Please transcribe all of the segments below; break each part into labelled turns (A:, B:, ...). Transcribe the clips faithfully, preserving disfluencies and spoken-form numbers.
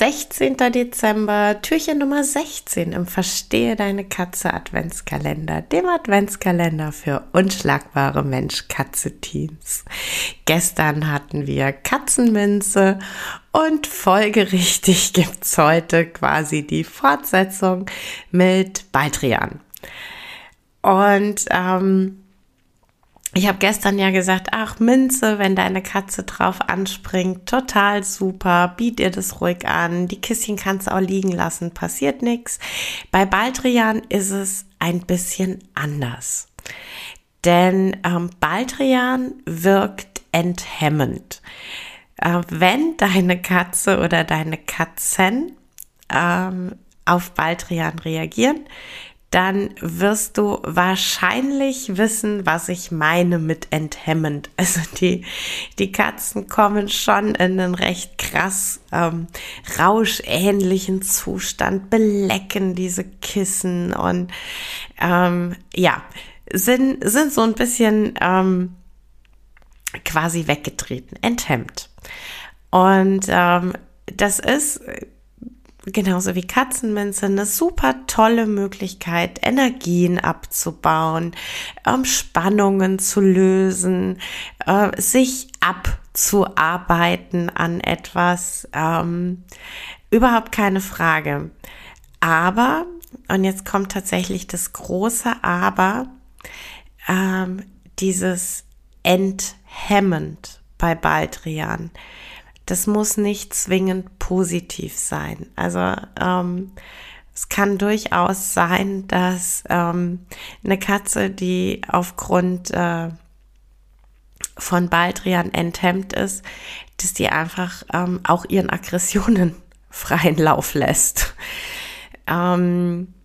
A: sechzehnter Dezember, Türchen Nummer sechzehn im Verstehe deine Katze Adventskalender, dem Adventskalender für unschlagbare Mensch-Katze-Teams. Gestern hatten wir Katzenminze und folgerichtig gibt's heute quasi die Fortsetzung mit Baldrian. Und ähm, ich habe gestern ja gesagt, ach Minze, wenn deine Katze drauf anspringt, total super, biet ihr das ruhig an, die Kisschen kannst du auch liegen lassen, passiert nichts. Bei Baldrian ist es ein bisschen anders, denn ähm, Baldrian wirkt enthemmend. Äh, wenn deine Katze oder deine Katzen ähm, auf Baldrian reagieren, dann wirst du wahrscheinlich wissen, was ich meine mit enthemmend. Also die, die Katzen kommen schon in einen recht krass ähm, rauschähnlichen Zustand, belecken diese Kissen und ähm, ja, sind, sind so ein bisschen ähm, quasi weggetreten, enthemmt. Und ähm, das ist genauso wie Katzenminze eine super tolle Möglichkeit, Energien abzubauen, ähm, Spannungen zu lösen, äh, sich abzuarbeiten an etwas. Ähm, überhaupt keine Frage. Aber, und jetzt kommt tatsächlich das große Aber, ähm, dieses enthemmend bei Baldrian. Das muss nicht zwingend positiv sein. Also ähm, es kann durchaus sein, dass ähm, eine Katze, die aufgrund äh, von Baldrian enthemmt ist, dass die einfach ähm, auch ihren Aggressionen freien Lauf lässt. Ähm,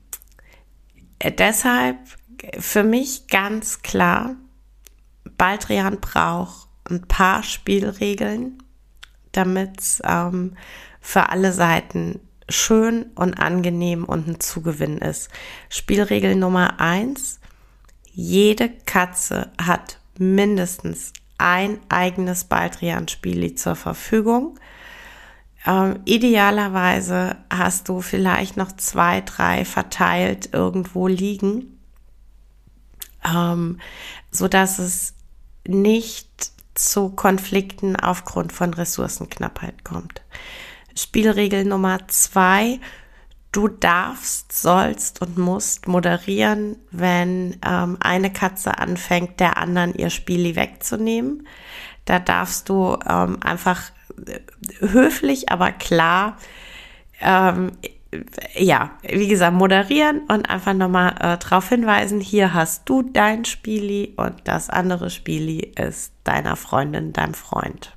A: deshalb für mich ganz klar, Baldrian braucht ein paar Spielregeln, damit es ähm, für alle Seiten schön und angenehm und ein Zugewinn ist. Spielregel Nummer eins, jede Katze hat mindestens ein eigenes Baldrian-Spieli zur Verfügung. Ähm, idealerweise hast du vielleicht noch zwei, drei verteilt irgendwo liegen, ähm, sodass es nicht zu Konflikten aufgrund von Ressourcenknappheit kommt. Spielregel Nummer zwei, du darfst, sollst und musst moderieren, wenn ähm, eine Katze anfängt, der anderen ihr Spieli wegzunehmen. Da darfst du ähm, einfach höflich, aber klar ähm, ja, wie gesagt, moderieren und einfach nochmal äh, darauf hinweisen, hier hast du dein Spieli und das andere Spieli ist deiner Freundin, deinem Freund.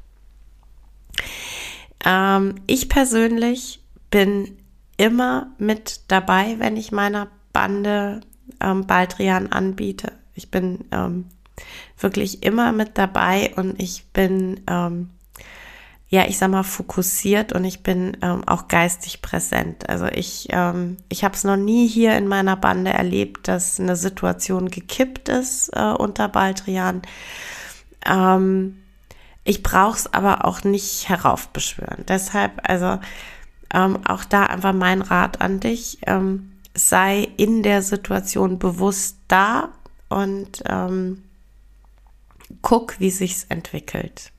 A: Ähm, ich persönlich bin immer mit dabei, wenn ich meiner Bande ähm, Baldrian anbiete. Ich bin ähm, wirklich immer mit dabei und ich bin ähm, ja, ich sag mal, fokussiert und ich bin ähm, auch geistig präsent. Also ich, ähm, ich habe es noch nie hier in meiner Bande erlebt, dass eine Situation gekippt ist äh, unter Baldrian. Ähm, ich brauche es aber auch nicht heraufbeschwören. Deshalb, also ähm, auch da einfach mein Rat an dich, ähm, sei in der Situation bewusst da und ähm, guck, wie sich's entwickelt.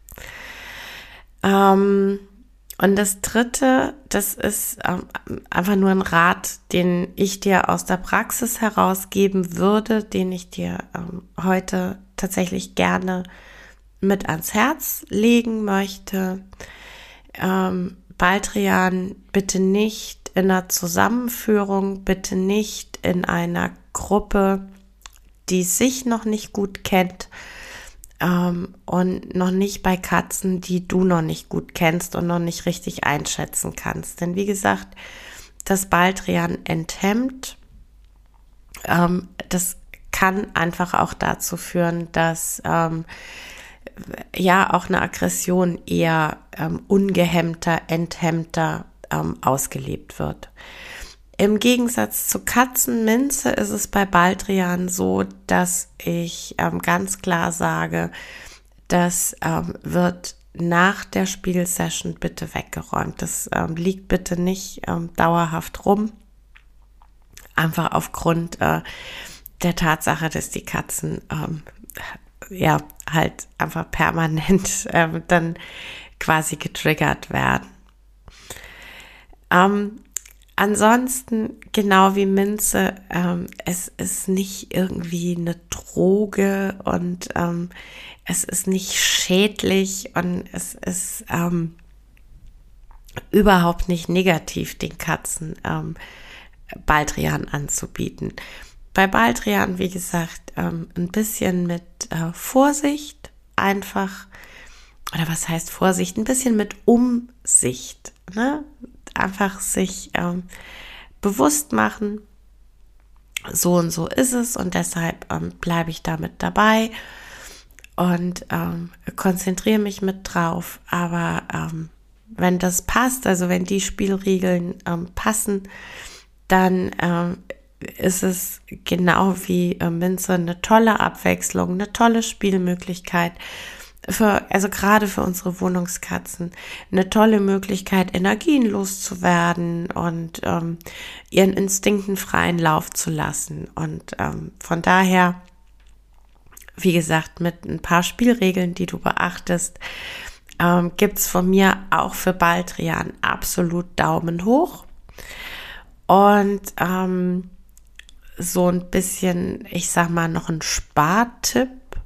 A: Ähm, und das dritte, das ist ähm, einfach nur ein Rat, den ich dir aus der Praxis herausgeben würde, den ich dir ähm, heute tatsächlich gerne mit ans Herz legen möchte. Ähm, Baldrian bitte nicht in einer Zusammenführung, bitte nicht in einer Gruppe, die sich noch nicht gut kennt, und noch nicht bei Katzen, die du noch nicht gut kennst und noch nicht richtig einschätzen kannst. Denn wie gesagt, das Baldrian enthemmt, ähm, das kann einfach auch dazu führen, dass ähm, ja auch eine Aggression eher ähm, ungehemmter, enthemmter ähm, ausgelebt wird. Im Gegensatz zu Katzenminze ist es bei Baldrian so, dass ich ähm, ganz klar sage, das ähm, wird nach der Spielsession bitte weggeräumt. Das ähm, liegt bitte nicht ähm, dauerhaft rum. Einfach aufgrund äh, der Tatsache, dass die Katzen ähm, ja halt einfach permanent ähm, dann quasi getriggert werden. Ähm, ansonsten, genau wie Minze, ähm, es ist nicht irgendwie eine Droge und ähm, es ist nicht schädlich und es ist ähm, überhaupt nicht negativ, den Katzen ähm, Baldrian anzubieten. Bei Baldrian, wie gesagt, ähm, ein bisschen mit äh, Vorsicht einfach, oder was heißt Vorsicht? Ein bisschen mit Umsicht, ne? Einfach sich ähm, bewusst machen, so und so ist es und deshalb ähm, bleibe ich damit dabei und ähm, konzentriere mich mit drauf. Aber ähm, wenn das passt, also wenn die Spielregeln ähm, passen, dann ähm, ist es genau wie äh, Minze eine tolle Abwechslung, eine tolle Spielmöglichkeit. Für, also gerade für unsere Wohnungskatzen eine tolle Möglichkeit, Energien loszuwerden und ähm, ihren Instinkten freien Lauf zu lassen. Und ähm, von daher, wie gesagt, mit ein paar Spielregeln, die du beachtest, ähm, gibt's von mir auch für Baldrian absolut Daumen hoch. Und ähm, so ein bisschen, ich sag mal, noch ein Spartipp.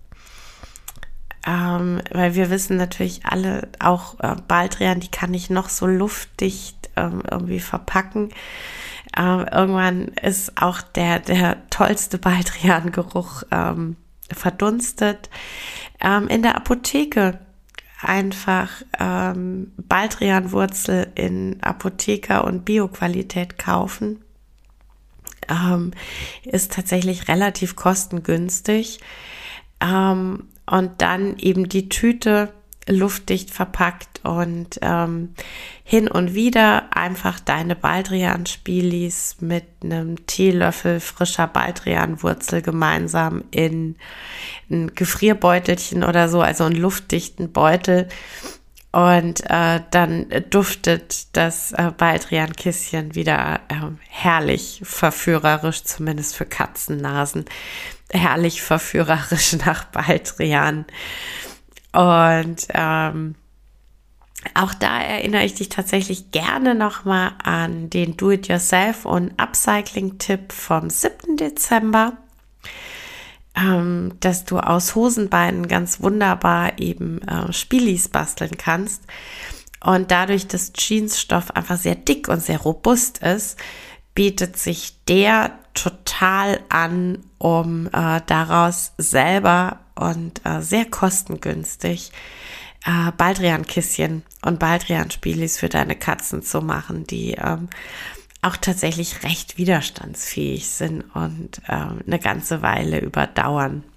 A: Ähm, weil wir wissen natürlich alle, auch äh, Baldrian, die kann ich noch so luftdicht ähm, irgendwie verpacken. Ähm, irgendwann ist auch der, der tollste Baldrian-Geruch ähm, verdunstet. Ähm, in der Apotheke einfach ähm, Baldrianwurzel in Apotheker- und Bio-Qualität kaufen. Ähm, ist tatsächlich relativ kostengünstig. Ähm, Und dann eben die Tüte luftdicht verpackt und ähm, hin und wieder einfach deine Baldrian-Spielis mit einem Teelöffel frischer Baldrianwurzel gemeinsam in ein Gefrierbeutelchen oder so, also einen luftdichten Beutel. Und äh, dann duftet das äh, Baldrian-Kisschen wieder äh, herrlich verführerisch, zumindest für Katzennasen, herrlich verführerisch nach Baldrian. Und ähm, auch da erinnere ich dich tatsächlich gerne nochmal an den Do-it-yourself- und Upcycling-Tipp vom siebten Dezember. Ähm, dass du aus Hosenbeinen ganz wunderbar eben äh, Spielis basteln kannst. Und dadurch, dass Jeansstoff einfach sehr dick und sehr robust ist, bietet sich der total an, um äh, daraus selber und äh, sehr kostengünstig äh, Baldrian-Kisschen und Baldrian-Spielis für deine Katzen zu machen, die ähm, auch tatsächlich recht widerstandsfähig sind und äh, eine ganze Weile überdauern.